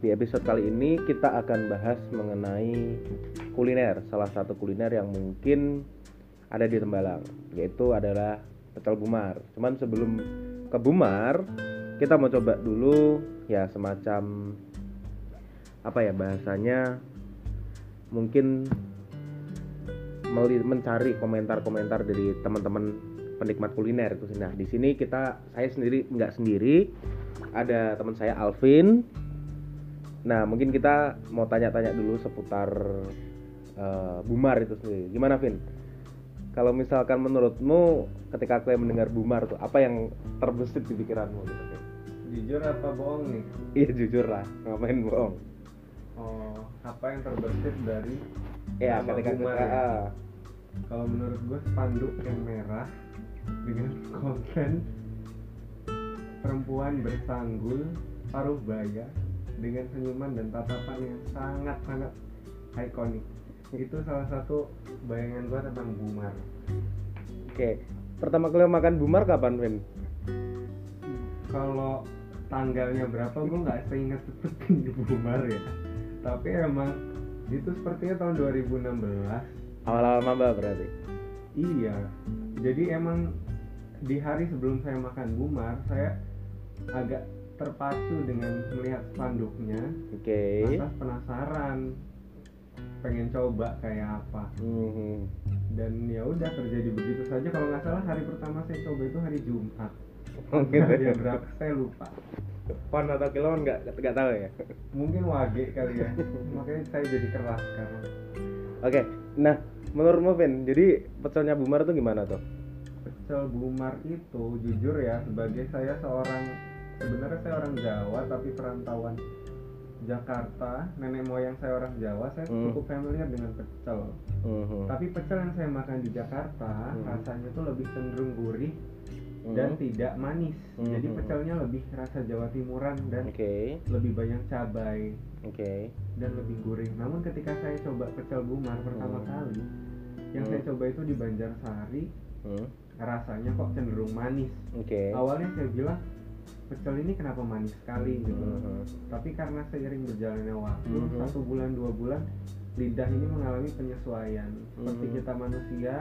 Di episode kali ini kita akan bahas mengenai kuliner, salah satu kuliner yang mungkin ada di Tembalang, yaitu adalah pecel Bumar. Cuman sebelum ke Bumar, kita mau coba dulu ya semacam apa ya bahasanya, mungkin mencari komentar-komentar dari teman-teman penikmat kuliner itu. Nah, di sini saya sendiri nggak sendiri, ada teman saya Alvin. Nah, mungkin kita mau tanya-tanya dulu seputar Bumar itu sendiri. Gimana, Vin? Kalau misalkan menurutmu ketika kalian mendengar Bumar tuh, apa yang terbesit di pikiranmu gitu, Vin? Jujur apa bohong nih? Iya, jujur lah. Ngapain bohong? Oh, apa yang terbesit dari Ya, nama ketika Bumar ya? Kalau menurut gue spanduk yang merah dengan konten perempuan bersanggul paruh baya dengan senyuman dan tatapan yang sangat-sangat ikonik. Itu salah satu bayangan gue tentang Bumar. Oke. Pertama kali makan Bumar kapan, Vin? Kalau tanggalnya berapa gue nggak seingat seperti Bumar ya. Tapi emang itu sepertinya tahun 2016. Awal-awal maba berarti. Iya. Jadi emang di hari sebelum saya makan Bumar, saya agak terpacu dengan melihat spanduknya. Oke. Lantas penasaran, pengen coba kayak apa. Dan ya udah terjadi begitu saja. Kalau nggak salah hari pertama saya coba itu hari Jumat. Hari berapa saya lupa. Pon atau kiloan nggak tahu ya. Mungkin wage kali ya. Makanya saya jadi keras sekarang. Oke. Nah, menurutmu, Vin, jadi pecelnya Bumar tuh gimana tuh? Pecel Bumar itu jujur ya, sebagai sebenarnya saya orang Jawa tapi perantauan Jakarta, nenek moyang saya orang Jawa, saya cukup familiar dengan pecel. Tapi pecel yang saya makan di Jakarta rasanya tuh lebih cenderung gurih dan tidak manis. Jadi pecelnya lebih rasa Jawa Timuran dan lebih banyak cabai dan lebih gurih. Namun ketika saya coba pecel Bumar pertama kali, yang saya coba itu di Banjarsari, rasanya kok cenderung manis. Awalnya saya bilang pecel ini kenapa manis sekali gitu. Tapi karena seiring berjalannya waktu, 1 bulan 2 bulan, lidah ini mengalami penyesuaian. Seperti kita manusia,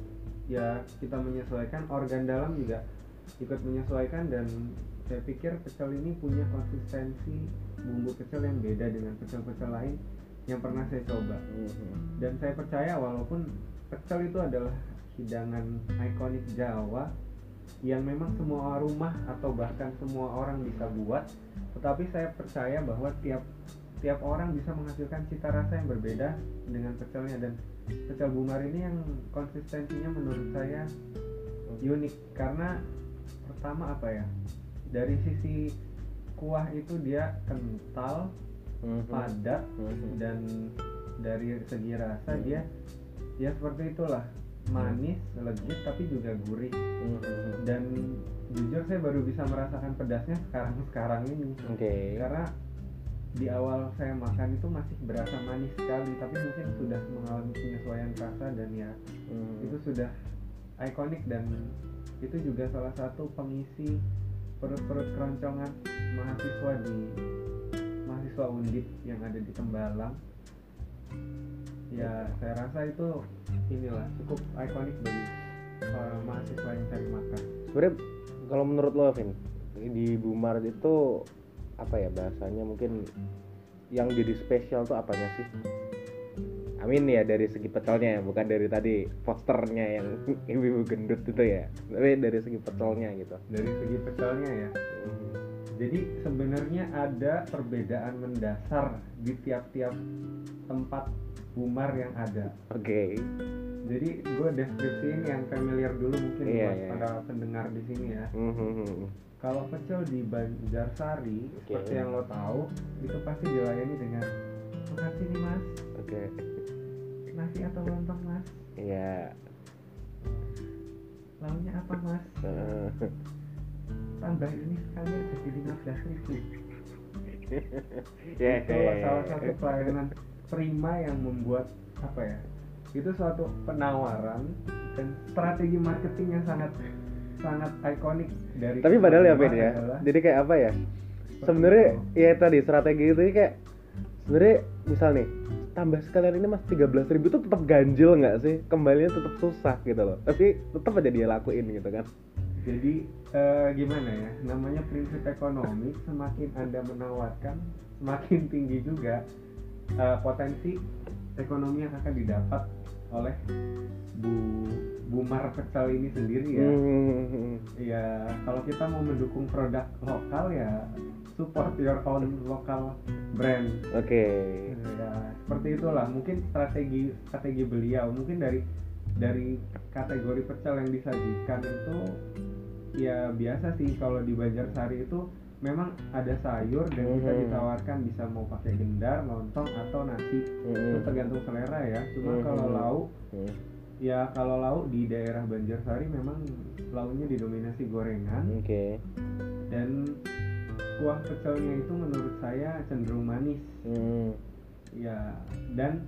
ya kita menyesuaikan, organ dalam juga ikut menyesuaikan. Dan saya pikir pecel ini punya konsistensi bumbu pecel yang beda dengan pecel-pecel lain yang pernah saya coba. Dan saya percaya walaupun pecel itu adalah hidangan ikonik Jawa yang memang semua rumah atau bahkan semua orang bisa buat, tetapi saya percaya bahwa tiap orang bisa menghasilkan cita rasa yang berbeda dengan pecelnya. Dan pecel Bumar ini yang konsistensinya menurut saya unik karena pertama apa ya, dari sisi kuah itu dia kental, padat, dan dari segi rasa dia ya seperti itulah, manis, legit tapi juga gurih. Dan jujur saya baru bisa merasakan pedasnya sekarang ini. Karena di awal saya makan itu masih berasa manis sekali, tapi mungkin sudah mengalami penyesuaian rasa dan ya itu sudah ikonik. Dan itu juga salah satu pengisi perut-perut keroncongan mahasiswa Undip yang ada di Tembalang. Ya saya rasa itu inilah cukup ikonik bagi mahasiswa yang cari makan. Sebenarnya kalau menurut lo, Vin, di Bumar itu apa ya bahasanya, mungkin yang jadi spesial tuh apanya sih? Amin ya, dari segi pecelnya ya, bukan dari tadi posternya yang ibu-ibu gendut itu ya, tapi dari segi pecelnya gitu. Dari segi pecelnya ya. Jadi sebenarnya ada perbedaan mendasar di tiap-tiap tempat Bumar yang ada. Jadi gue deskripsiin yang familiar dulu mungkin buat para pendengar di sini ya. Kalau pecel di Banjarsari, seperti yang lo tahu, itu pasti dilayani dengan makan sini mas. Nasi atau lontong mas? Iya. Lauknya apa mas? Tambah ini sekalian jadi 15.000. Itu salah satu pelayanan prima yang membuat apa ya? Itu suatu penawaran dan strategi marketing yang sangat ikonik dari. Tapi padahal ya, Ben ya. Jadi kayak apa ya? sebenarnya ya tadi strategi itu kayak sebenarnya misal nih tambah sekalian ini mas 13.000 itu tetap ganjil nggak sih, kembalinya tetap susah gitu loh, tapi tetap aja dia lakuin gitu kan. Jadi gimana ya, namanya prinsip ekonomi, semakin Anda menawarkan semakin tinggi juga potensi ekonomi yang akan didapat oleh Bumar pecel ini sendiri ya. Ya kalau kita mau mendukung produk lokal ya support your own local brand. Oke. Ya seperti itulah mungkin strategi beliau. Mungkin dari kategori pecel yang disajikan itu ya biasa sih, kalau di Banjarsari itu memang ada sayur dan kita ditawarkan bisa mau pakai gendar, lontong atau nasi. Itu tergantung selera ya. Cuma kalau lauk ya kalau lauk di daerah Banjarsari memang lauknya didominasi gorengan. Dan kuah pecelnya itu menurut saya cenderung manis. Ya dan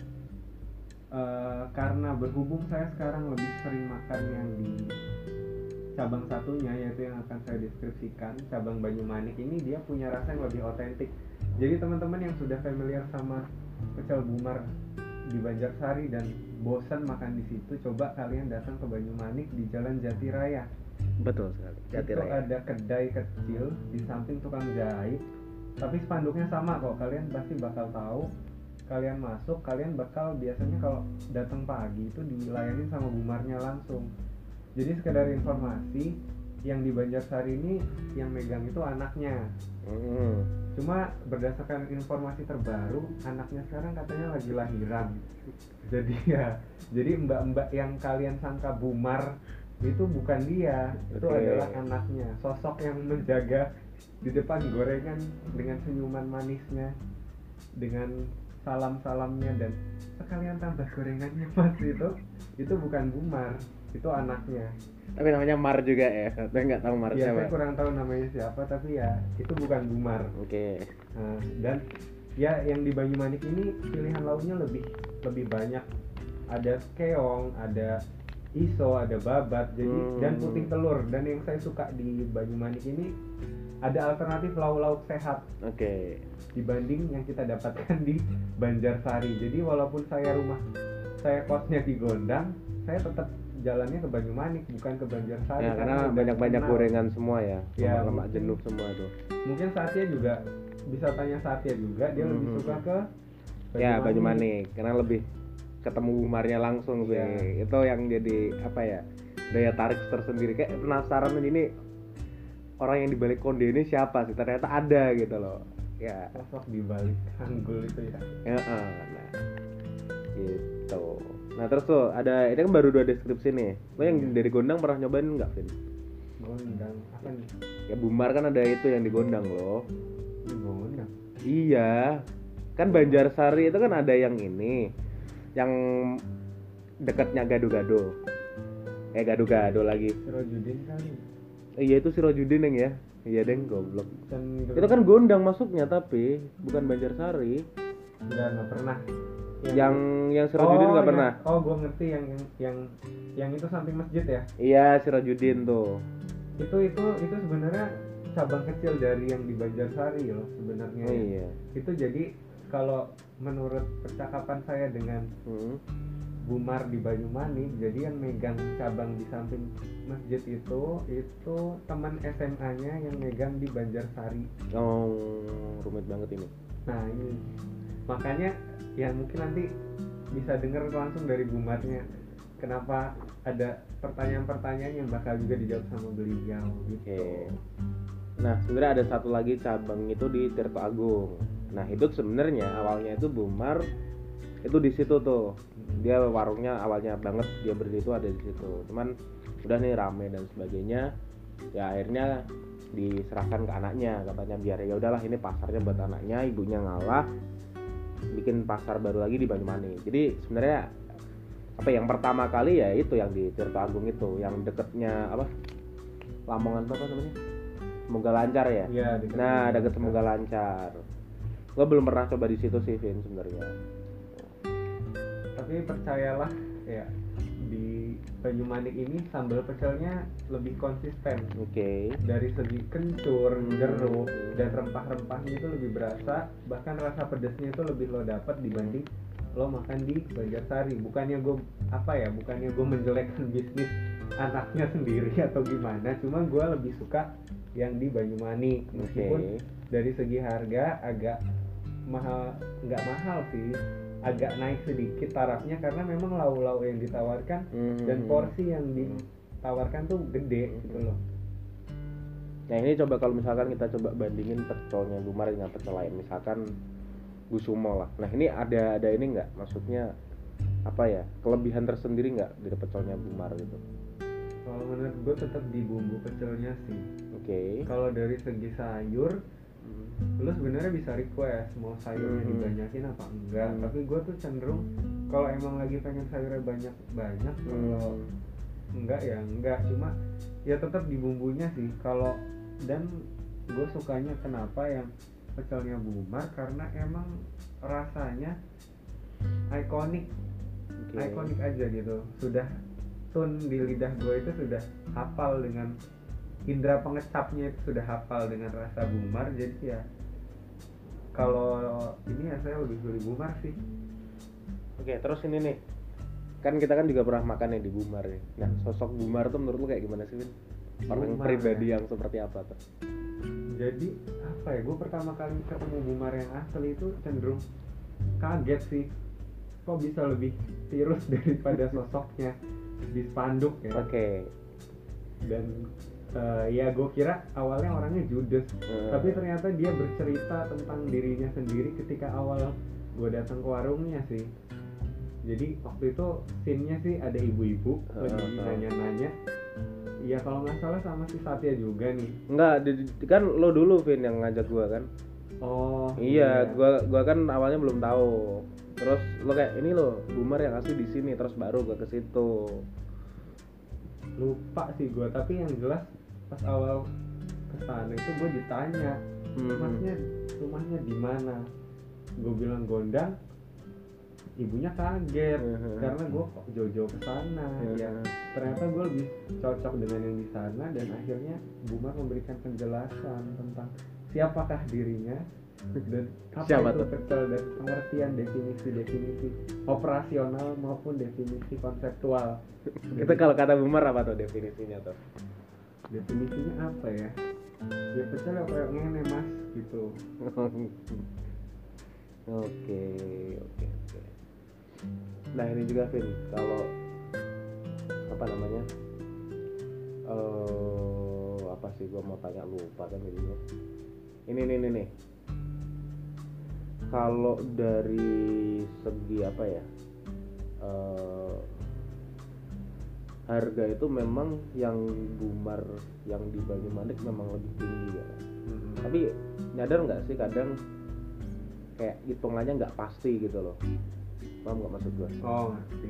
karena berhubung saya sekarang lebih sering makan yang di cabang satunya, yaitu yang akan saya deskripsikan, cabang Banyumanik ini, dia punya rasa yang lebih otentik. Jadi teman-teman yang sudah familiar sama pecel Bumar di Banjarsari dan bosan makan di situ, coba kalian datang ke Banyumanik di Jalan Jati Raya. Betul sekali. Jati Itu Raya. ada kedai kecil di samping tukang jahit, tapi spanduknya sama kok. Kalian pasti bakal tahu. Kalian masuk, kalian bakal biasanya kalau datang pagi itu dilayani sama Bumarnya langsung. Jadi sekedar informasi, yang di Banjarsari ini yang megang itu anaknya. Cuma berdasarkan informasi terbaru, anaknya sekarang katanya lagi lahiran. Jadi mbak-mbak yang kalian sangka Bumar itu bukan dia, itu adalah anaknya. Sosok yang menjaga di depan gorengan dengan senyuman manisnya, dengan salam-salamnya, dan sekalian tambah gorengannya mas, itu bukan Bumar, itu anaknya. Tapi namanya Mar juga ya, tapi nggak tahu Mar siapa. Saya kurang tahu namanya siapa, tapi ya itu bukan Bumar. Nah, dan ya yang di Banyumanik ini pilihan lauknya lebih banyak. Ada keong, ada iso, ada babat, jadi dan puting telur. Dan yang saya suka di Banyumanik ini ada alternatif lauk-lauk sehat. Dibanding yang kita dapatkan di Banjarsari. Jadi walaupun saya kosnya di Gondang, saya tetap jalannya ke Banyumanik, bukan ke Banjarsari. Ya, karena banyak gorengan semua ya, lemak jenuh semua tuh. Mungkin Satya juga bisa tanya Satya juga, dia lebih suka ke Banyumanik karena lebih ketemu Bumarnya langsung sih. Itu yang jadi apa ya, daya tarik tersendiri. Kayak penasaran ini orang yang dibalik konde ini siapa sih, ternyata ada gitu loh ya, sosok dibalik Hanggul itu ya. Nah gitu. Nah terus tuh ada, ini kan baru 2 deskripsi nih. Lo yang dari Gondang pernah nyobain nggak, Vin? Gondang apa nih? Ya Bumar kan ada itu yang di Gondang loh. Di Gondang? Iya, kan Banjarsari itu kan ada yang ini, yang dekatnya Gado-Gado. Gado-Gado lagi. Sirojudin kali. Iya itu Sirojudin yang ya. Iya deng, goblok. Itu kan Gondang masuknya tapi bukan Banjarsari. Nggak pernah. Yang Sirojudin nggak pernah. Gue ngerti yang itu samping masjid ya. Iya Sirojudin tuh. Itu sebenarnya cabang kecil dari yang di Banjarsari loh sebenarnya. Iya. Itu jadi kalau menurut percakapan saya dengan Bumar di Banyumanik, jadi yang megang cabang di samping masjid itu teman SMA-nya yang megang di Banjarsari. Rumit banget ini. Nah ini makanya ya mungkin nanti bisa dengar langsung dari Bumarnya kenapa ada pertanyaan-pertanyaan yang bakal juga dijawab sama beliau gitu. Nah sebenarnya ada satu lagi cabang itu di Tirto Agung. Nah itu sebenarnya awalnya itu Bumar itu di situ tuh, dia warungnya awalnya banget dia berdiri itu ada di situ. Cuman udah nih rame dan sebagainya, ya akhirnya diserahkan ke anaknya, katanya biar ya udahlah ini pasarnya buat anaknya, ibunya ngalah bikin pasar baru lagi di Banyumanik. Jadi sebenarnya apa yang pertama kali ya itu yang di Tirto Agung itu, yang deketnya apa Lamongan apa namanya, Semoga Lancar ya. Nah deket Semoga Lancar. Gue belum pernah coba di situ sih Vin sebenarnya. Tapi percayalah ya, di Banyumanik ini sambal pecelnya lebih konsisten. Oke. Dari segi kencur, jeruk, dan rempah-rempahnya itu lebih berasa. Bahkan rasa pedasnya itu lebih lo dapat dibanding lo makan di Banjarsari. Bukannya gue menjelekkan bisnis anaknya sendiri atau gimana. Cuma gue lebih suka yang di Banyumanik. Meskipun dari segi harga agak mahal, nggak mahal sih, agak naik sedikit tarafnya karena memang lauk-lauk yang ditawarkan dan porsi yang ditawarkan tuh gede gitu loh. Nah ini coba kalau misalkan kita coba bandingin pecelnya Bumar dengan pecel lain, misalkan Gusumo lah. Nah ini ada ini nggak, maksudnya apa ya, kelebihan tersendiri nggak dari pecelnya Bumar gitu? Kalau menurut gue tetap di bumbu pecelnya sih. Oke. Kalau dari segi sayur, lo sebenarnya bisa request mau sayurnya dibanyakin apa enggak. Tapi gue tuh cenderung kalau emang lagi pengen sayurnya banyak, kalau enggak ya enggak. Cuma ya tetap di bumbunya sih. Kalau dan gue sukanya kenapa yang pecelnya Bumar karena emang rasanya ikonik, ikonik aja gitu. Sudah tune di lidah gue itu sudah hafal dengan indera pengecapnya, itu sudah hafal dengan rasa Bumar. Jadi ya kalau ini ya saya lebih pilih Bumar sih. Oke, terus ini nih, kan kita kan juga pernah makan nih di Bumar nih. Nah sosok Bumar tuh menurut lu kayak gimana sih, Vin? Orang pribadi yang seperti apa tuh? Jadi apa ya, gue pertama kali ketemu Bumar yang asli itu cenderung kaget sih, kok bisa lebih tirus daripada sosoknya di spanduk ya. Oke. Dan ya gue kira awalnya orangnya judes, tapi ternyata dia bercerita tentang dirinya sendiri ketika awal gue datang ke warungnya sih. Jadi waktu itu scene-nya sih ada ibu-ibu lagi nanya-nanya. Iya kalau nggak salah sama si Satya juga nih. Enggak, kan lo dulu Vin yang ngajak gua kan. Oh iya. Gua kan awalnya belum tahu. Terus lo kayak ini lo Bumar yang asli di sini, terus baru gua ke situ. Lupa sih gua, tapi yang jelas pas awal kesana itu gua ditanya, masnya rumahnya di mana? Gua bilang Gondang. Ibunya kaget karena gue kok jauh-jauh ke sana. Ya ternyata gue lebih cocok dengan yang di sana, dan akhirnya Bumar memberikan penjelasan tentang siapakah dirinya dan apa siapa itu tuh? pecel, dan pengertian definisi operasional maupun definisi konseptual. Itu kalau kata Bumar apa tuh definisinya tuh? Definisinya apa ya? Ya pecel kayak ngene mas gitu. Oke. Nah ini juga Vin, kalau apa namanya, apa sih gue mau tanya lupa kan jadinya. Ini nih. Kalau dari segi apa ya, harga itu memang yang Bumar yang di Banyumanik memang lebih tinggi ya. Tapi nyadar nggak sih kadang kayak hitungannya nggak pasti gitu loh. Paham nggak maksud gue? Oh ngerti.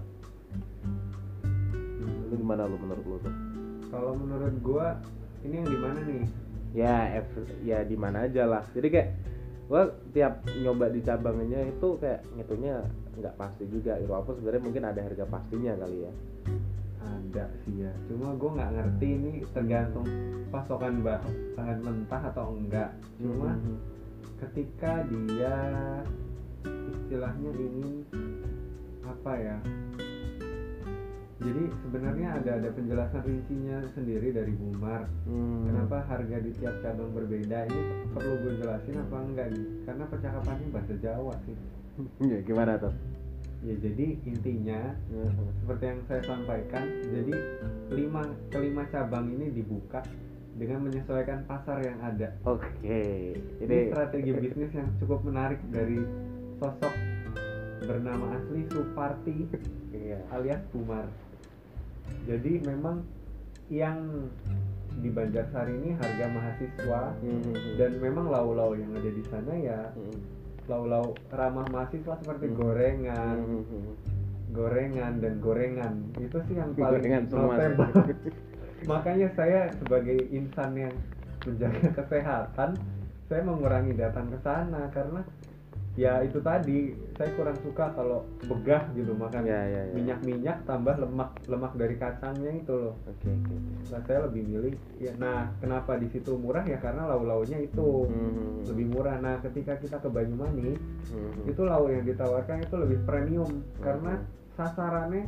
Itu gimana lo menurut lo tuh? Kalau menurut gue ini yang di mana nih? Ya di mana aja lah. Jadi kayak gue tiap nyoba di cabangnya itu kayak ngitungnya nggak pasti juga. Walaupun sebenarnya mungkin ada harga pastinya kali ya. Ada sih ya. Cuma gue nggak ngerti ini tergantung pasokan bahan mentah atau enggak. Cuma ketika dia istilahnya ingin apa ya, jadi sebenarnya ada penjelasan rincinya sendiri dari Bumar. Kenapa harga di tiap cabang berbeda, ini perlu gue jelasin apa enggak nih? Karena percakapannya bahasa Jawa sih. Ya gimana tuh? Ya jadi intinya seperti yang saya sampaikan, jadi kelima cabang ini dibuka dengan menyesuaikan pasar yang ada. Oke. Ini strategi bisnis yang cukup menarik dari sosok bernama asli Suparti alias Bumar. Jadi memang yang di Banjarsari ini harga mahasiswa, dan memang lauk-lauk yang ada di sana ya lauk-lauk ramah mahasiswa seperti gorengan dan gorengan. Itu sih yang paling notable. Makanya saya sebagai insan yang menjaga kesehatan, saya mengurangi datang ke sana karena ya itu tadi saya kurang suka kalau begah gitu makan Ya. minyak tambah lemak dari kacangnya itu loh. Oke. Nah saya lebih milih ya. Nah kenapa di situ murah ya karena lauk-lauknya itu lebih murah. Nah ketika kita ke Banyumanik itu lauk yang ditawarkan itu lebih premium karena sasaran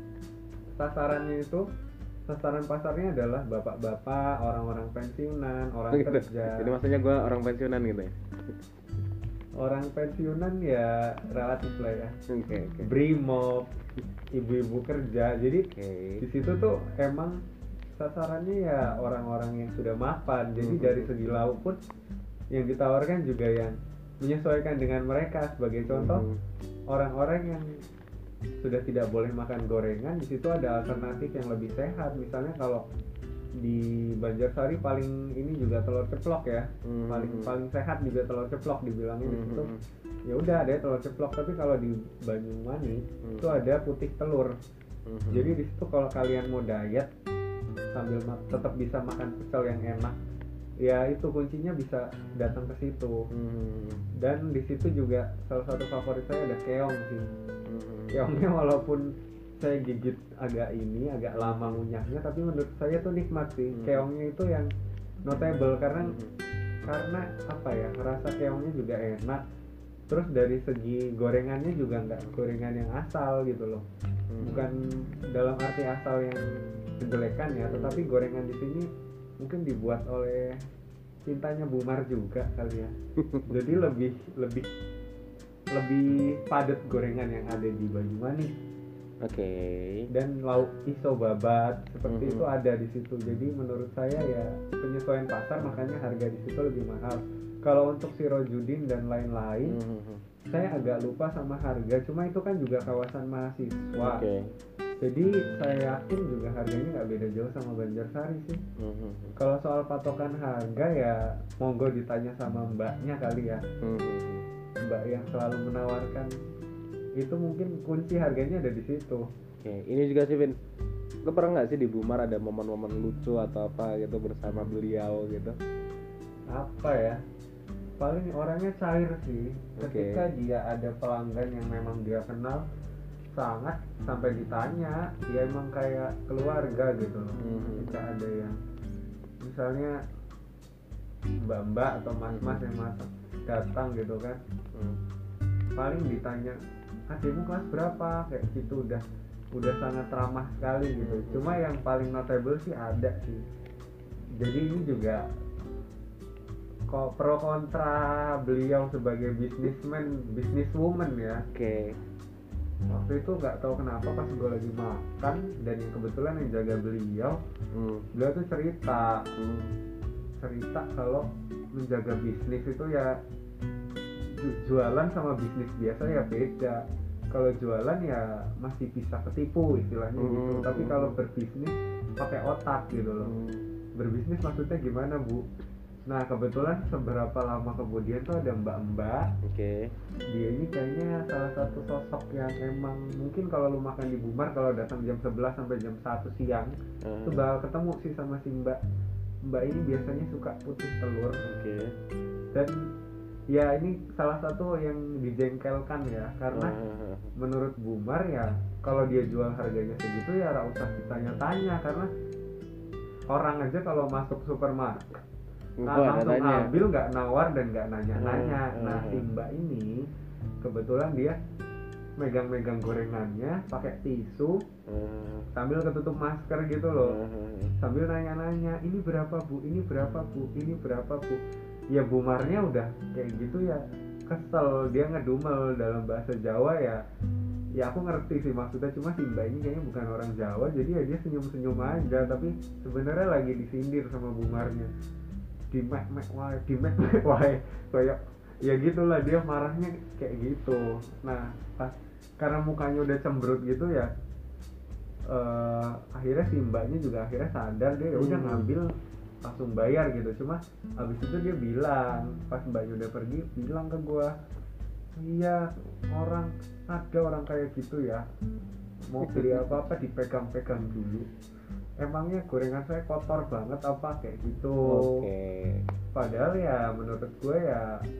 pasarnya adalah bapak-bapak, orang-orang pensiunan, orang gitu. kerja. Jadi maksudnya gue orang pensiunan gitu ya. Orang pensiunan ya relatif lah ya. Oke. Brimob, ibu-ibu kerja. Jadi di situ tuh emang sasarannya ya orang-orang yang sudah mapan. Jadi dari segi lauk pun yang ditawarkan juga yang menyesuaikan dengan mereka. Sebagai contoh, orang-orang yang sudah tidak boleh makan gorengan, di situ ada alternatif yang lebih sehat. Misalnya kalau di Banjarsari paling ini juga telur ceplok ya, paling sehat juga telur ceplok dibilangin di situ. Ya udah ada telur ceplok, tapi kalau di Banyumanik itu ada putih telur. Jadi di situ kalau kalian mau diet sambil tetap bisa makan pecel yang enak, ya itu kuncinya bisa datang ke situ. Dan di situ juga salah satu favorit saya ada keong sih. Keongnya walaupun saya gigit agak lama ngunyahnya, tapi menurut saya tuh nikmat sih. Keongnya itu yang notable karena apa ya, rasa keongnya juga enak. Terus dari segi gorengannya juga nggak gorengan yang asal gitu loh. Bukan dalam arti asal yang kejelekan ya, tetapi gorengan di sini mungkin dibuat oleh cintanya Bumar juga kali ya. Jadi lebih padat gorengan yang ada di Banyumanik. Oke. Dan lauk iso babat seperti itu ada di situ. Jadi menurut saya ya penyesuaian pasar, makanya harga di situ lebih mahal. Kalau untuk Sirojudin dan lain-lain, saya agak lupa sama harga. Cuma itu kan juga kawasan mahasiswa. Jadi saya yakin juga harganya nggak beda jauh sama Banjarsari sih. Kalau soal patokan harga ya monggo ditanya sama mbaknya kali ya. Mbak yang selalu menawarkan itu mungkin kunci harganya ada di situ. Oke, ini juga sih Vin. Lo pernah nggak sih di Bumar ada momen-momen lucu atau apa gitu bersama beliau gitu? Apa ya? Paling orangnya cair sih. Ketika dia ada pelanggan yang memang dia kenal sangat sampai ditanya, dia emang kayak keluarga gitu loh. Ketika ada yang misalnya mbak-mbak atau mas-mas yang datang gitu kan, paling ditanya adikmu kelas berapa kayak gitu, udah sangat ramah sekali gitu. Cuma yang paling notable sih ada sih. Jadi ini juga kok pro kontra beliau sebagai businesswoman ya. Waktu itu nggak tahu kenapa pas gue lagi makan dan yang kebetulan yang jaga beliau tuh cerita kalau menjaga bisnis itu ya jualan sama bisnis biasa ya beda. Kalau jualan ya masih bisa ketipu istilahnya gitu. Tapi kalau berbisnis pakai otak gitu loh. Berbisnis maksudnya gimana Bu? Nah kebetulan seberapa lama kemudian tuh ada mbak-mbak. Dia ini kayaknya salah satu sosok yang emang mungkin kalau lu makan di Bumar kalau datang jam 11 sampai jam 1 siang tuh bakal ketemu sih sama si mbak. Mbak ini biasanya suka putih telur. Dan ya ini salah satu yang dijengkelkan ya, karena menurut Bumar ya kalau dia jual harganya segitu ya gak usah ditanya-tanya, karena orang aja kalau masuk supermarket langsung ambil, gak nawar dan gak nanya-nanya. Nah si mbak ini kebetulan dia megang-megang gorengannya pakai tisu sambil ketutup masker gitu loh, sambil nanya-nanya ini berapa Bu, ini berapa Bu, ini berapa Bu. Ya Bumarnya udah kayak gitu ya kesel, dia ngedumel dalam bahasa Jawa ya aku ngerti sih maksudnya, cuma si mbak ini kayaknya bukan orang Jawa, jadi ya dia senyum-senyum aja, tapi sebenarnya lagi disindir sama Bumarnya, di mek wae kayak ya gitulah, dia marahnya kayak gitu. Nah pas karena mukanya udah cemberut gitu ya akhirnya si mbaknya juga akhirnya sadar, dia ya udah ngambil langsung bayar gitu. Cuma abis itu dia bilang, pas mbaknya udah pergi, bilang ke gua, iya ada orang kayak gitu ya, mau beli apa-apa dipegang-pegang dulu, emangnya gorengan saya kotor banget apa kayak gitu. Padahal ya menurut gue ya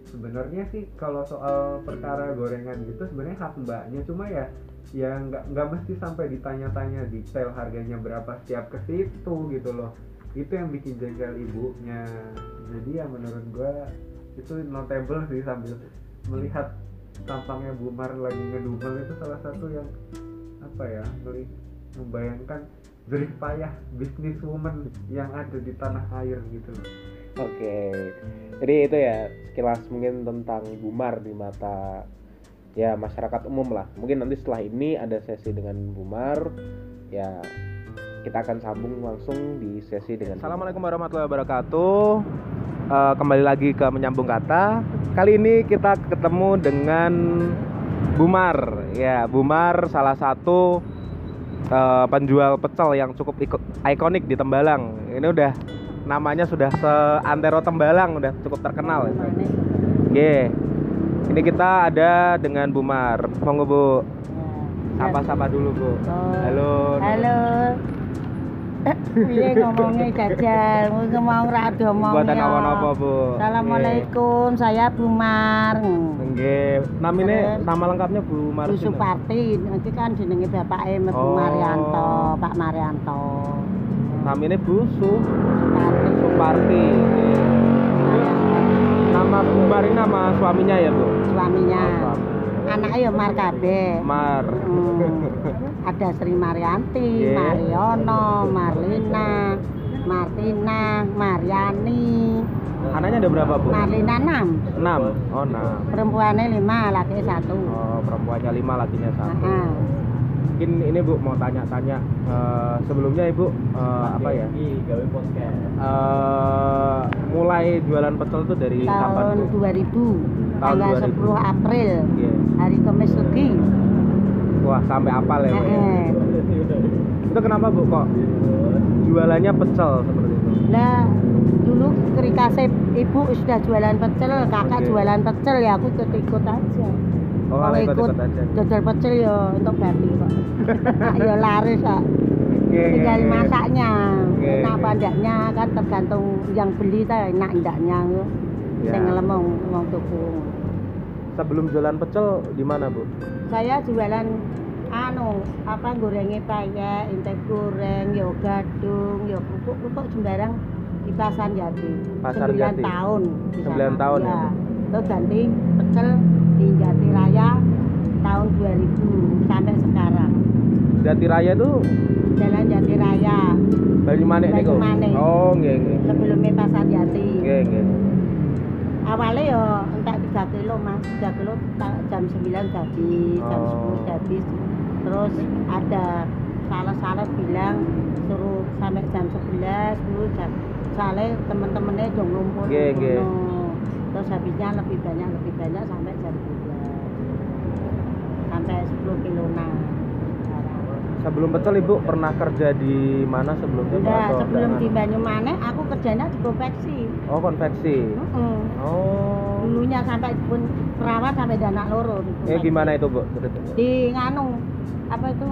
sebenarnya sih kalau soal perkara gorengan gitu sebenarnya hak mbaknya, cuma ya nggak mesti sampai ditanya-tanya detail harganya berapa setiap ke situ gitu loh. Itu yang bikin jengkel ibunya. Jadi ya menurut gua itu notable sih, sambil melihat tampangnya Bu Mar lagi ngedumel itu salah satu yang apa ya, membayangkan jerih payah businesswoman yang ada di tanah air gitu loh. Oke. Jadi itu ya sekilas mungkin tentang Bu Mar di mata ya masyarakat umum lah. Mungkin nanti setelah ini ada sesi dengan Bu Mar, ya kita akan sambung langsung di sesi dengan Assalamualaikum warahmatullahi wabarakatuh. Kembali lagi ke Menyambung Kata. Kali ini kita ketemu dengan Bu Mar. Ya, Bu Mar salah satu penjual pecel yang cukup ikonik di Tembalang. Ini udah namanya sudah seantero Tembalang, udah cukup terkenal ya. Oke. Ini kita ada dengan Bu Mar. Monggo Bu. Sapa-sapa dulu Bu. Halo. Halo. Piye ngomongnya jajal, mau ra ada omong. Buatan apa-apa Bu. Assalamualaikum, saya Bu Mar. Nggih. Namine nama lengkapnya Bu Mar. Bu Suparti, nanti kan jenenge bapake Bu Marianto, Pak Marianto. Namine Bu Suparti. Nama Bu Mar ini nama suaminya ya Bu? Suaminya. Oh, anaknya ya Mar kabeh. Mar. Ada Sri Marianti, Mariono, Marlina, Martina, Mariani. Anaknya ada berapa Bu? Marlina 6. 6. Oh 6. Perempuannya 5, laki 1. Oh, perempuannya 5, lakinya 1. Mungkin ini Bu mau tanya-tanya sebelumnya Ibu apa ya? Mulai jualan pecel itu dari kapan Bu? 2000. Tanggal 10 April. Hari Kamis Legi. Wah, sampai apal ya Bu. Itu kenapa Bu kok jualannya pecel seperti itu? Nah, dulu ketika ibu sudah jualan pecel, kakak jualan pecel, ya aku ikut aja. Oh, ikut aja. Dodol pecel ya untuk babi kok. Ya laris kok. Tinggal masaknya. Enak apa ndaknya kan tergantung yang beli ta enak ndaknya yo. Sing ngelemong wong tuku. Sebelum jualan pecel di mana Bu? Saya jualan gorengnya payek, intek goreng, yo gadung, yo pupuk sembarang di Pasar Jati. Pasar 9 Jati. tahun. 9 tahun ya. Terus ganti pecel di Jati Raya tahun 2000 sampai sekarang. Jati Raya itu Jalan Jati Raya. Banyumanik niku. Oh, nggih. Sebelumnya Pasar Jati. Nggih. Awalnya ya entek 3 kilo Mas, 3 kilo jam 9 habis, jam 10 habis. Terus ada salah bilang suruh sampai jam 11 dulu jam. Soalnya temen-temennya dong ngumpul. Terus habisnya lebih banyak sampai jam 12. Sampai 10 kilo Sebelum pecel Ibu pernah kerja di mana sebelumnya? Enggak, sebelum di Banyumanik aku kerjanya di konveksi. Oh, konveksi. Oh. Dulunya sampai pun perawat sampai anak loro. Gimana itu Bu? Di apa itu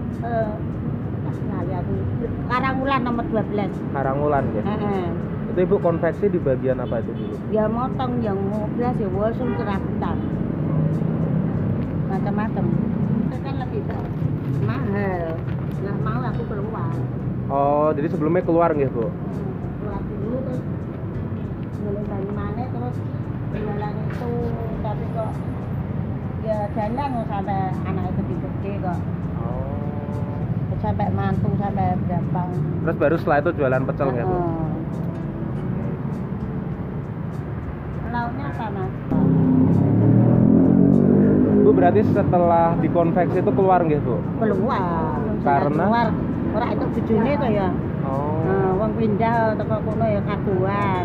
aku Karangulan nomor 12. Karangulan ya. Itu Ibu konveksi di bagian apa itu dulu? Ya motong yang ngobras ya wosum serabutan. Macam-macam. Itu kan lebih mahal. Nggak mau aku keluar. Oh, jadi sebelumnya keluar nggih Bu? Keluar dulu terus mulai Banyumanik terus jualan itu, tapi kok ya jalan sampai anak itu gede kok. Sampai mantu sampai berapa. Terus baru setelah itu jualan pecel ya Bu? Lauknya apa Mas? Bu berarti setelah dikonveksi itu keluar nggih Bu? Keluar. Karena? Keluar. Orang itu bujune itu ya. Oh. Wong pindah teko kono ya kaduan.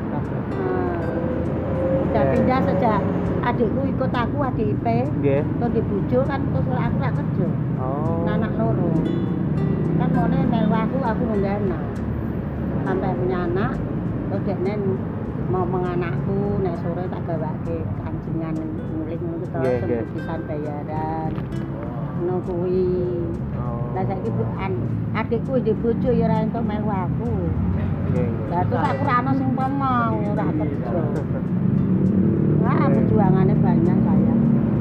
Udah pindah sejak adikku ikut aku, adik IP. Nggih. Terus dibujo kan terus aku ra kerja. Oh. Anak loro. Kan mone melu aku ngendana. Sampai punya anak, terus dekne mau menganakku nek sore tak gawake kancingan nulis ngono terus sempisan bayaran. Ngono kuwi. Lah saiki adikku di bojo ya ora entuk melu aku. Lah terus aku ora ono sing ngomong ora kerja. perjuangannya banyak saya.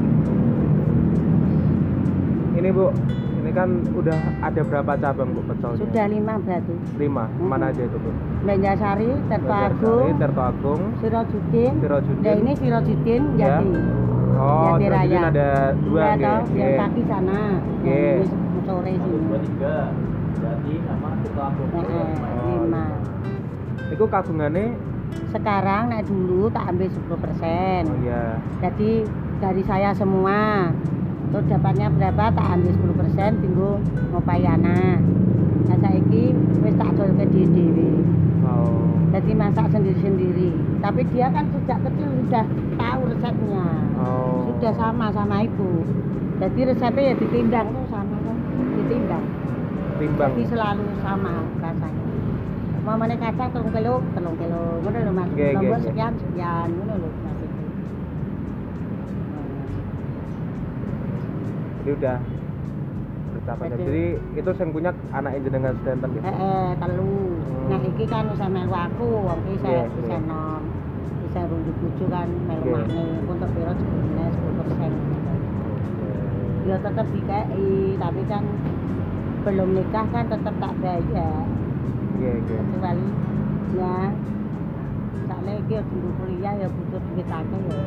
Ini Bu, ini kan udah ada berapa cabang Bu pecelnya? Sudah 5 berarti. 5. Mana aja itu Bu? Banjarsari, Tirto Agung, Tirto Agung, Sirojudin. Sirojudin. Nah ini Sirojudin Ya. Jati. Oh, Jati Raya. Sirojudin ada 2 Ya, nggih. toh, yang Nggih. kaki sana. Nggih. Yang ini sore sini. 23 jadi sama Tirto Agung. 5. Iku kagungane Sekarang naik dulu tak ambil 10%. oh iya. Jadi dari saya semua. Terus dapatnya berapa tak ambil 10% tinggal ngopayana. Nah saiki wis tak jual ke dhewe. Oh. Jadi masak sendiri-sendiri. Tapi dia kan sejak kecil sudah tahu resepnya. Oh. Sudah sama ibu. Jadi resepnya ya ditimbang tuh sama kan. Ditimbang. Timbang. Jadi selalu sama rasanya. Mau mana kacang 3 kilo, 3 kilo. Ngono lho Mas. Nggih, nggih, Lombok nggih. sekian ngono lho Mas itu. Jadi udah bertapa. Jadi- Jadi itu sing punya anak jenengan sedanten gitu. Telu. Nah iki kan usah melu aku, wong iki saya Nggih, bisa nggih. nom. Bisa runjuk bojo kan melu Nggih. makne untuk piro 10%. Ya tetap dikai, tapi kan belum nikah kan tetap tak bayar. Iya, iya. Kecuali ya soalnya iki ya dulu kuliah ya butuh duit akeh ya.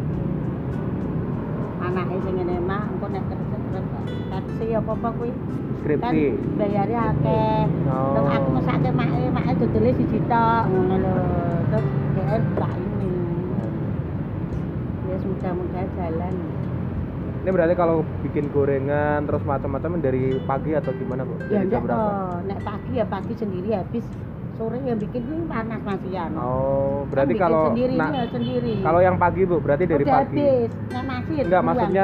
Anake sing ngene mah engko nek kerja skripsi apa-apa kuwi kan Skripsi. bayarnya akeh. Oh. Terus aku mesake make dodole siji tok ngono lho. Terus DR tak ini. Ya mudah-mudahan jalan. Ini berarti kalau bikin gorengan terus macam-macam dari pagi atau gimana Bu? Ya Dari enggak jam berapa? toh. Nek pagi ya pagi sendiri habis sore yang bikin ini panas masian. Oh, berarti Kan bikin kalau sendiri nah, ya sendiri. kalau yang pagi Bu, berarti dari udah pagi. habis. Nek masih ya Enggak, dibuang. maksudnya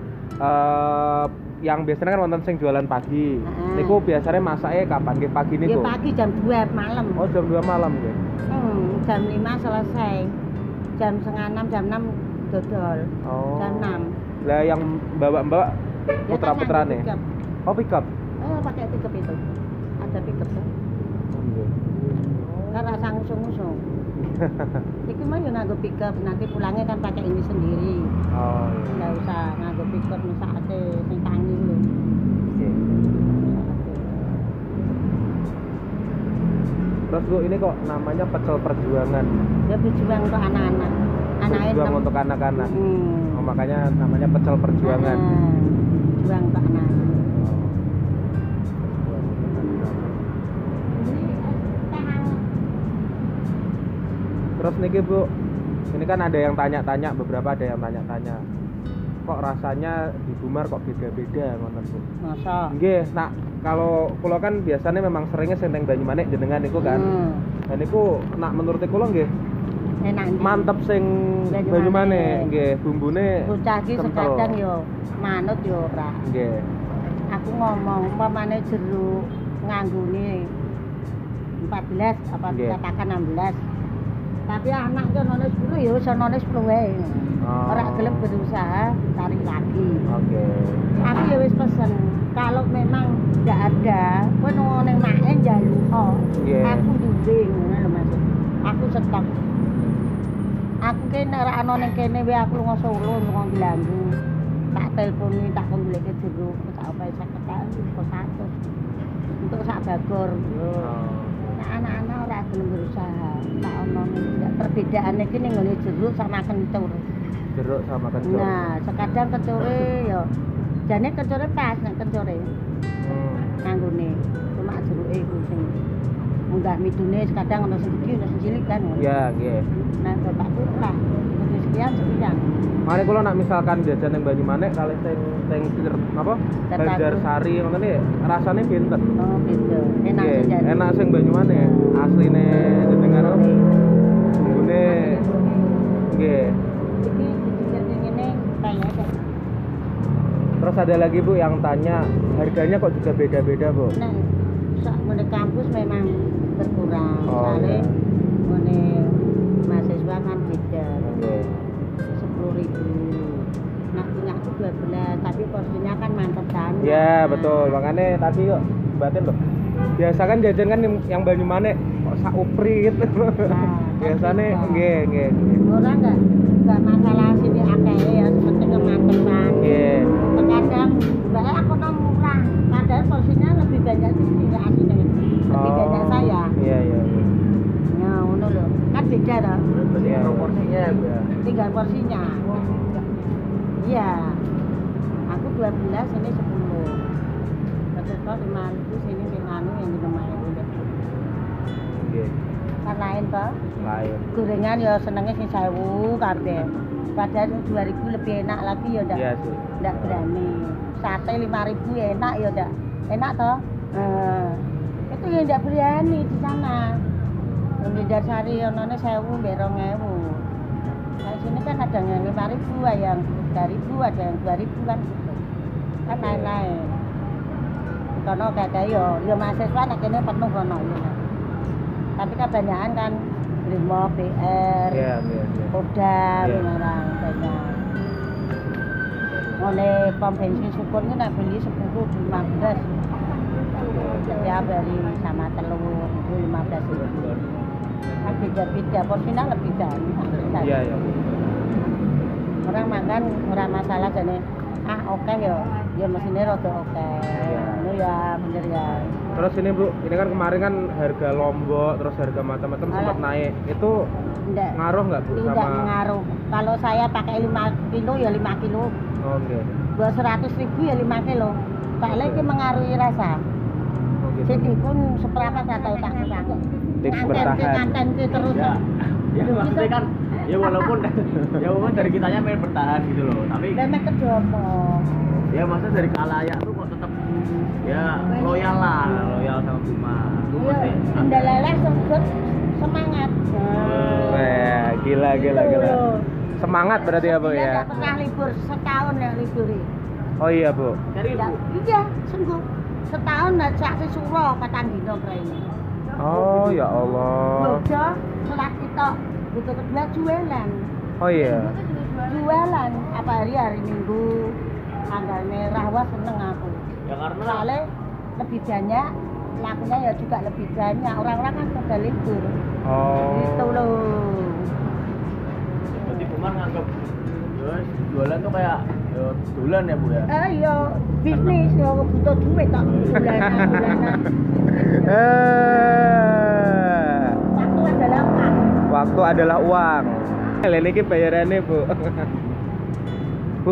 yang biasanya kan wonten sing jualan pagi. Heeh. Niku biasanya masaknya kapan? Nggih pagi Ya niku. pagi jam 2 malam. Oh, jam 2 malam nggih. Jam 5 selesai. Jam setengah 6, jam 6 dodol. Oh. Jam 6. Lah yang bawa-bawa Ya kan putra-putrane. nganggo pickup. Oh, pick up. Pakai pickup itu. Ada pickup tuh. Nggih. Kan rasa ngusung-ngusung. Iki mah ya nganggo pickup, nanti pulangnya kan pakai ini sendiri. Oh, iya. Enggak usah nganggo pickup mesake sing tangi lho. Oke. Terus Bu, ini kok namanya pecel perjuangan. Ya berjuang untuk anak-anak. Anaknya Berjuang enam. untuk anak-anak. Hmm. Oh, makanya namanya pecel perjuangan. Berjuang untuk anak-anak. Terus niki Bu, ini kan ada yang tanya-tanya, beberapa ada yang tanya-tanya. Kok rasanya di Bumar kok beda-beda ngoten Bu? Masa? Nggih, nah kalau kula kan biasanya memang seringnya senteng Banyumanik jenengan niku kan. Dan niku nak menurut kula nggih Enak. mantep sing Banyumanik. Banyumanik nggih, bumbune Bocah iki kental. sekadang yo manut yo ora. Nggih. Aku ngomong umpamane jeruk nganggone 14 apa Nggih. katakan 16. Tapi anak itu none 10 ya wis none 10 wae. Oh. Ora gelem berusaha cari lagi. Oke. Aku ya wis pesen kalau memang enggak ada kowe nang make njaluk. Nggih. Aku ndunding ngono lho Mas. Aku stok. Aku kene ora ana ning kene wae aku lunga Solo lunga Gelanggu. Tak telponi tak goleke jeruk sak opo 50 ta 100. Untuk sak bagor. Oh. Nah, anak-anak ora gelem berusaha. Tak ono perbedaane iki ning nggone jeruk sama kencur. Jeruk sama kencur. Nah, sekadang kencore ya jane kencore pas nek kencore Hmm. nanggone. Cuma jeruke iku sing munggah midune sekadang ono sing gede ono sing cilik kan. Ya, nggih. Nah, bapakku lah kudu sekian. Mari kula nak misalkan jajan yang Banyumanik kali sing apa? Terpaku. Banjarsari ngoten iki rasane pinten? Oh, beda. Enak Nggih, sing jane. enak sing Banyumanik. Asline jenengan bumbune nggih. Iki dicicil ngene kayak ada. Terus ada lagi Bu yang tanya harganya kok juga beda-beda Bu? Nah, sak ngene kampus memang berkurang. Oh, Soalnya iya. ngene mahasiswa kan beda. Oke. 10.000. Nah, punya aku 12, tapi porsinya kan mantep kan. Ya betul, makanya tadi yuk batin loh. Biasa kan jajan kan yang Banyumanik kok masak uprit. Biasanya nggih. Ora enggak masalah sini akeh ya, penting kemantesan. Nggih. Terkadang mbak aku murah, padahal porsinya lebih banyak sini ya aslinya. Lebih banyak saya. Iya. Ya ngono lho. Kan beda toh. Berarti Iya. proporsinya ya. Tinggal porsinya. Iya. Aku 12 ini 10. Terus kok 5.000 sini ning anu yang di rumah itu. Nggih. Kan lain toh. Lain. Gorengan ya senengnya sing 1.000 kabeh. Padahal 2.000 lebih enak lagi ya ndak. Iya sih. Ndak berani. Sate 5.000 ya enak ya ndak. Enak toh? Itu yang ndak berani di sana. Yang di Darsari onone 1.000 mbek 2.000. Nah, sini kan ada yang 5.000, ada yang 3.000, ada yang 2.000 kan gitu. Kan lain-lain. Kono kata yo mahasiswa nek kene penuh kono ya. Tapi kebanyakan kan Brimob, BR, Iya. Kodam, Iya. orang banyak. Oleh pom bensin syukur ini nak beli 10-15 setiap hari sama telur itu 15.000. Kan beda-beda, porsinya lebih banyak. Iya. Orang makan orang masalah jadi oke ya mesinnya rada oke. Iya. Itu ya bener ya. Terus ini Bu, ini kan kemarin kan harga Lombok terus harga macam-macam sempat naik. Itu Nggak, ngaruh nggak Bu tidak sama? mengaruh. Kalau saya pakai 5 kilo ya 5 kilo. Oh, nggih. Buat 100.000 ya 5 kilo. Soalnya itu mengaruhi rasa. Oh, gitu. Jadi pun seberapa tak tahu tak kurang. Tips bertahan. Nganten terus. Ya maksudnya kan ya walaupun dari kitanya pengen bertahan gitu loh, tapi Lemek kedopo. ya maksudnya dari kalayak tuh kok tetap ya loyal sama Buma. Buma Iya, sih. Bunda Leleh sebut semangat. Wah, gila. Loh. Semangat berarti ya Bu Dia ya. nggak pernah libur setahun ya liburi. Oh iya Bu. Serius Bu. Iya, sungguh. Setahun nggak saksi suro patang dino ini. Oh ya Allah. Bojo, sholat kita, butuh kedua jualan. Oh iya. Jualan apa hari Minggu, tanggal merah, wah seneng aku. Ya karena Soalnya lebih banyak, lakunya ya juga lebih banyak. Orang-orang kan pada libur. Oh. Gitu loh. berarti Buma nganggap ya jualan tuh kayak ya dolan ya Bu ya. Iya, bisnis ya butuh duit tak bulanan. Waktu adalah uang. Waktu adalah uang. Ini ki bayarannya Bu. Bu,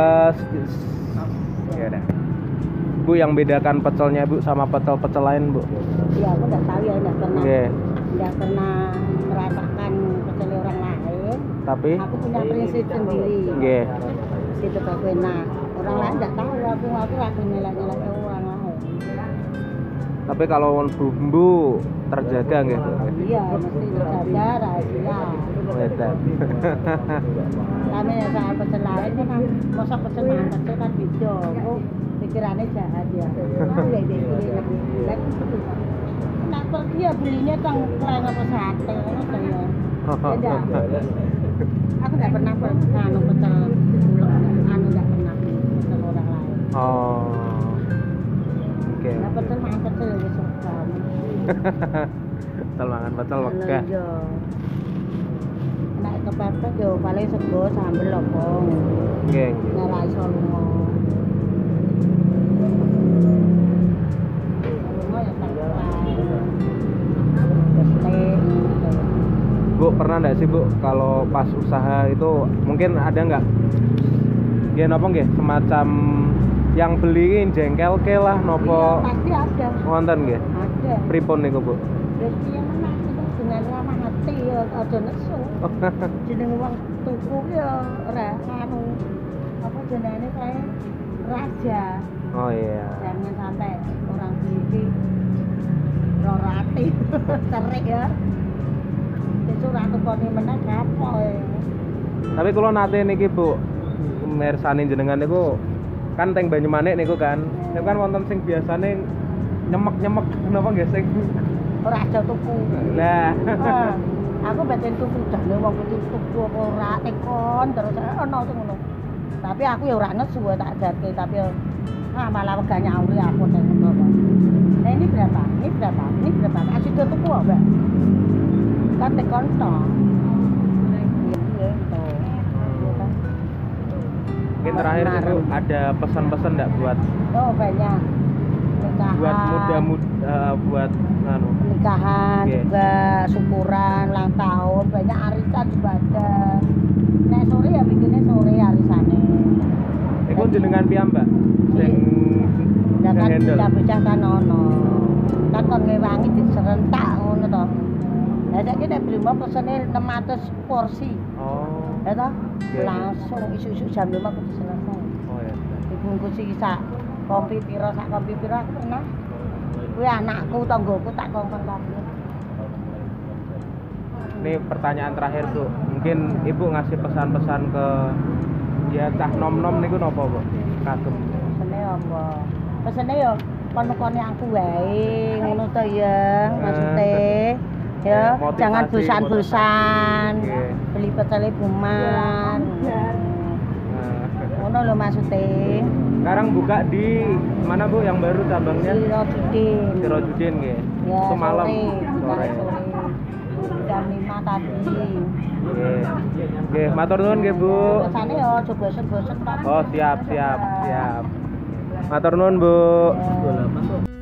ya udah. Bu, yang bedakan pecelnya Bu sama pecel-pecel lain Bu. Ya aku nggak tahu ya, Oke. nggak pernah merasakan pecel orang lain. Tapi Aku punya prinsip sendiri. nggih. Situ enak. Orang lain nggak tahu. Aku lagi nyelak-nyelak orang lain. Tapi kalau bumbu terjaga nggih Bu. Iya, mesti terjaga rahasia. Wedan. Kami yang soal pecel lain itu kan, masa pecel mangan pecel kan beda. Oh, pikirannya jahat ya. Lebih jelek itu. Nak pergi ya belinya kan keleng apa sate, apa ya. Beda. Aku nggak pernah anu pecel anu nggak pernah pecel orang lain. Oh. Oke. Nah pecel mangan pecel ya suka. Pecel mangan pecel wegah. Iya. Nek kepepet yo paling sego sambel apa. Nggih. Nek ra iso lunga. Lunga ya tak Bu, pernah nggak sih Bu kalau pas usaha itu mungkin ada nggak? Nggih napa nggih semacam yang beliin jengkel ke lah nopo pasti ada. wonten nggih? Ada. Pripun niku Bu? Wis piye meneh itu dengan ramah hati ya aja nesu. Jeneng wong tuku ya ora anu apa jenenge kae raja. Oh iya. Jangan sampai orang beli rorati cerik ya. Itu ratu koni meneh kapok ya. Tapi kalau nate niki Bu mirsani jenengan niku kan teng Banyumanik niku kan. Niku kan wonten sing biasane nyemek-nyemek napa nggih sing Ora aja tuku. Lah. Aku batin tuku jane wong kudu tuku apa ora tekon terus ono sing ngono. Tapi aku ya ora nesu tak jake tapi malah wegah nyauri aku nek ngono. Nah ini berapa? Ini berapa? Ini berapa? Kasih udah tuku kok, Mbak. Kan tek konto. Iya, itu. Mungkin terakhir itu ada pesan-pesan enggak buat Oh, banyak. Nikahan. buat muda-muda buat anu. Pernikahan Oke. juga, syukuran, ulang tahun, banyak arisan juga ada. Nek sore ya bikinnya sore arisane. Iku jenengan piyambak sing Ya kan handle. bocah-bocah kan ono. Kan kon ngewangi diserentak ngono to. Lah saiki nek brimo pesene 600 porsi. Oh. Ya toh? Oke. Langsung isu-isu jam 5 kudu selesai. Oh ya. Dibungkusi sak kopi piro aku pernah. Kuwi anakku tanggoku tak kongkon kabeh. Ini pertanyaan terakhir tuh. Mungkin Ibu ngasih pesan-pesan ke ya cah nom-nom niku napa, Bu? Kagem. Pesene apa? Pesene yo konukone aku wae ngono to ya maksudnya. Ya, Motivasi, jangan bosan-bosan. Oke. Beli pecel buman. Ngono lho maksudnya. Sekarang buka di mana, Bu, yang baru cabangnya? Sirojudin. Sirojudin nggih. Ya, Itu malam sore. sore. Jam 5 tadi. Nggih. Nggih, matur nuwun nggih, Bu. Rasane yo aja bosen-bosen Pak. Oh, siap. Matur nuwun, Bu. Ya. Bola masuk.